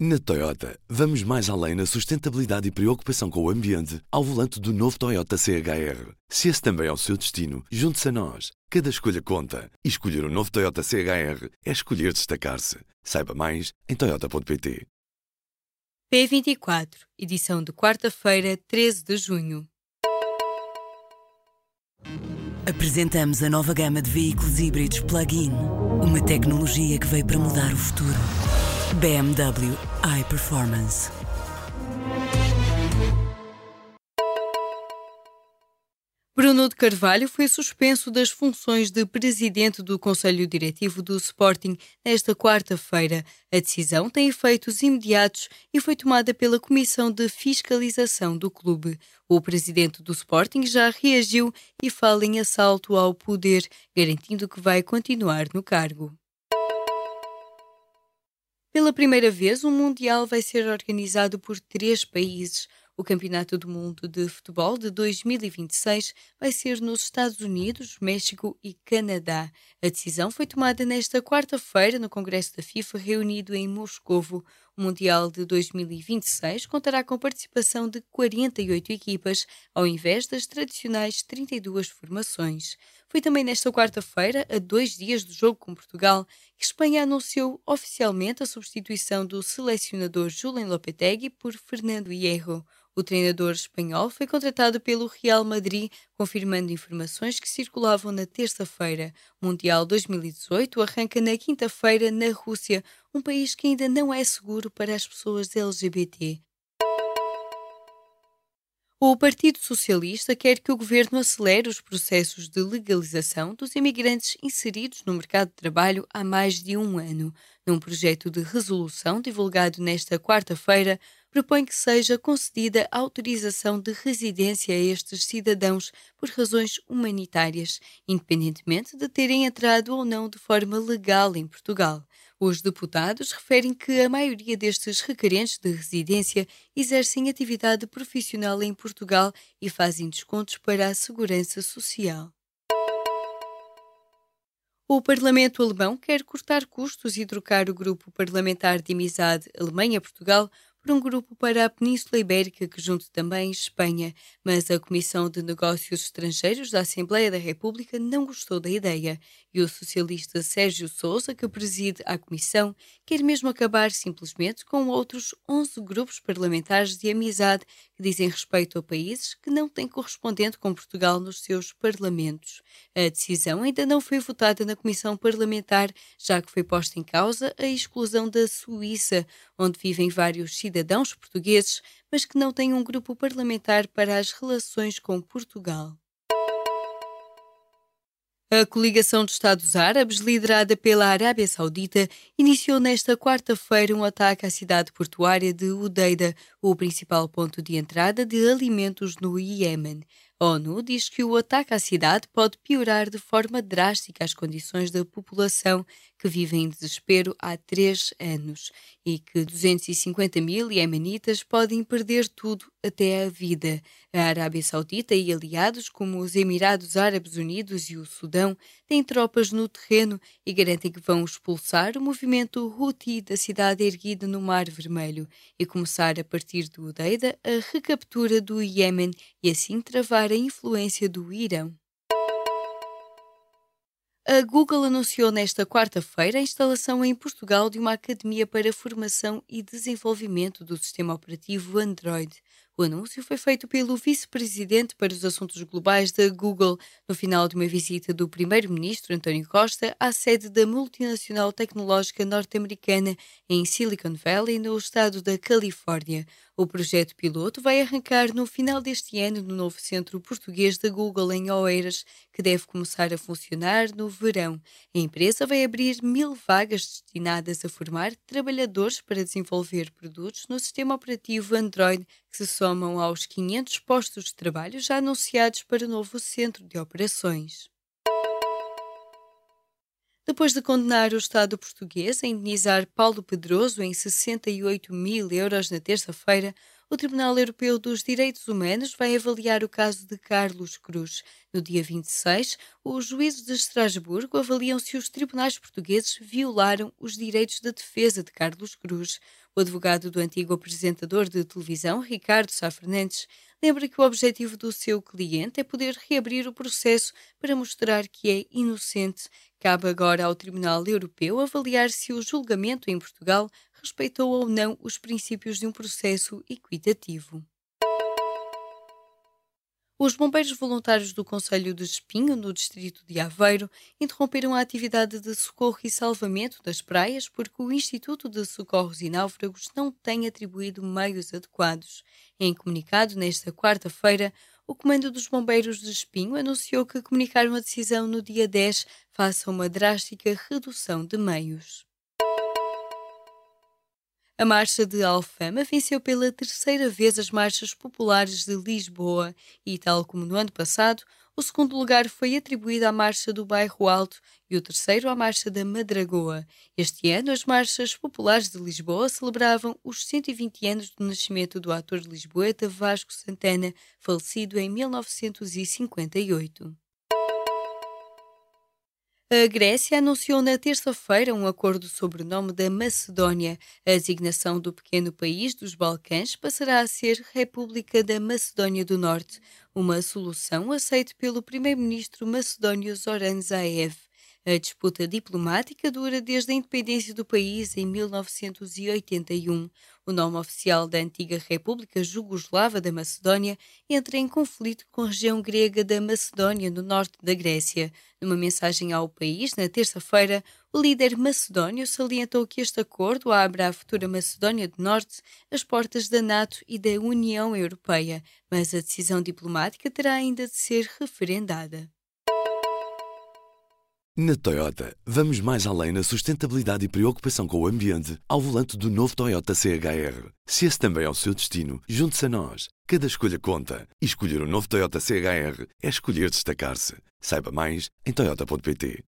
Na Toyota, vamos mais além na sustentabilidade e preocupação com o ambiente ao volante do novo Toyota CHR. Se esse também é o seu destino, junte-se a nós. Cada escolha conta. E escolher o novo Toyota CHR é escolher destacar-se. Saiba mais em toyota.pt. P24, edição de quarta-feira, 13 de junho. Apresentamos a nova gama de veículos híbridos plug-in. Uma tecnologia que veio para mudar o futuro. BMW iPerformance. Bruno de Carvalho foi suspenso das funções de presidente do Conselho Diretivo do Sporting nesta quarta-feira. A decisão tem efeitos imediatos e foi tomada pela Comissão de Fiscalização do clube. O presidente do Sporting já reagiu e fala em assalto ao poder, garantindo que vai continuar no cargo. Pela primeira vez, o Mundial vai ser organizado por 3 países. O Campeonato do Mundo de Futebol de 2026 vai ser nos Estados Unidos, México e Canadá. A decisão foi tomada nesta quarta-feira no Congresso da FIFA, reunido em Moscovo. O Mundial de 2026 contará com participação de 48 equipas, ao invés das tradicionais 32 formações. Foi também nesta quarta-feira, a 2 dias do jogo com Portugal, que Espanha anunciou oficialmente a substituição do selecionador Julen Lopetegui por Fernando Hierro. O treinador espanhol foi contratado pelo Real Madrid, confirmando informações que circulavam na terça-feira. O Mundial 2018 arranca na quinta-feira na Rússia, um país que ainda não é seguro para as pessoas LGBT. O Partido Socialista quer que o governo acelere os processos de legalização dos imigrantes inseridos no mercado de trabalho há mais de um ano. Num projeto de resolução divulgado nesta quarta-feira, propõe que seja concedida autorização de residência a estes cidadãos por razões humanitárias, independentemente de terem entrado ou não de forma legal em Portugal. Os deputados referem que a maioria destes requerentes de residência exercem atividade profissional em Portugal e fazem descontos para a segurança social. O Parlamento alemão quer cortar custos e trocar o grupo parlamentar de amizade Alemanha-Portugal por um grupo para a Península Ibérica que junte também Espanha, mas a Comissão de Negócios Estrangeiros da Assembleia da República não gostou da ideia e o socialista Sérgio Sousa, que preside a Comissão, quer mesmo acabar simplesmente com outros 11 grupos parlamentares de amizade que dizem respeito a países que não têm correspondente com Portugal nos seus parlamentos. A decisão ainda não foi votada na Comissão Parlamentar, já que foi posta em causa a exclusão da Suíça, onde vivem vários cidadãos portugueses, mas que não têm um grupo parlamentar para as relações com Portugal. A coligação dos Estados Árabes, liderada pela Arábia Saudita, iniciou nesta quarta-feira um ataque à cidade portuária de Udeida, o principal ponto de entrada de alimentos no Iêmen. A ONU diz que o ataque à cidade pode piorar de forma drástica as condições da população que vive em desespero há 3 anos e que 250 mil iemenitas podem perder tudo, até a vida. A Arábia Saudita e aliados como os Emirados Árabes Unidos e o Sudão têm tropas no terreno e garantem que vão expulsar o movimento Houthi da cidade erguida no Mar Vermelho e começar a partir de Udeida a recaptura do Iêmen e assim travar a influência do Irão. A Google anunciou nesta quarta-feira a instalação em Portugal de uma academia para formação e desenvolvimento do sistema operativo Android. O anúncio foi feito pelo vice-presidente para os assuntos globais da Google no final de uma visita do primeiro-ministro António Costa à sede da multinacional tecnológica norte-americana em Silicon Valley, no estado da Califórnia. O projeto piloto vai arrancar no final deste ano no novo centro português da Google em Oeiras, que deve começar a funcionar no verão. A empresa vai abrir 1000 vagas destinadas a formar trabalhadores para desenvolver produtos no sistema operativo Android, que se somam aos 500 postos de trabalho já anunciados para o novo centro de operações. Depois de condenar o Estado português a indenizar Paulo Pedroso em 68 mil euros na terça-feira, o Tribunal Europeu dos Direitos Humanos vai avaliar o caso de Carlos Cruz. No dia 26, os juízes de Estrasburgo avaliam se os tribunais portugueses violaram os direitos de defesa de Carlos Cruz. O advogado do antigo apresentador de televisão, Ricardo Sá Fernandes, lembra que o objetivo do seu cliente é poder reabrir o processo para mostrar que é inocente. Cabe agora ao Tribunal Europeu avaliar se o julgamento em Portugal respeitou ou não os princípios de um processo equitativo. Os bombeiros voluntários do Concelho de Espinho, no distrito de Aveiro, interromperam a atividade de socorro e salvamento das praias porque o Instituto de Socorros e Náufragos não tem atribuído meios adequados. Em comunicado nesta quarta-feira, o Comando dos Bombeiros de Espinho anunciou que comunicaram a decisão no dia 10 face a uma drástica redução de meios. A Marcha de Alfama venceu pela terceira vez as Marchas Populares de Lisboa e, tal como no ano passado, o segundo lugar foi atribuído à Marcha do Bairro Alto e o terceiro à Marcha da Madragoa. Este ano, as Marchas Populares de Lisboa celebravam os 120 anos do nascimento do ator lisboeta Vasco Santana, falecido em 1958. A Grécia anunciou na terça-feira um acordo sobre o nome da Macedónia. A designação do pequeno país dos Balcãs passará a ser República da Macedónia do Norte, uma solução aceita pelo primeiro-ministro macedónio Zoran Zaev. A disputa diplomática dura desde a independência do país em 1981. O nome oficial da antiga República Jugoslava da Macedónia entra em conflito com a região grega da Macedónia, no norte da Grécia. Numa mensagem ao país, na terça-feira, o líder macedónio salientou que este acordo abre à futura Macedónia do Norte as portas da NATO e da União Europeia, mas a decisão diplomática terá ainda de ser referendada. Na Toyota, vamos mais além na sustentabilidade e preocupação com o ambiente ao volante do novo Toyota CHR. Se esse também é o seu destino, junte-se a nós. Cada escolha conta. E escolher o novo Toyota CHR é escolher destacar-se. Saiba mais em toyota.pt.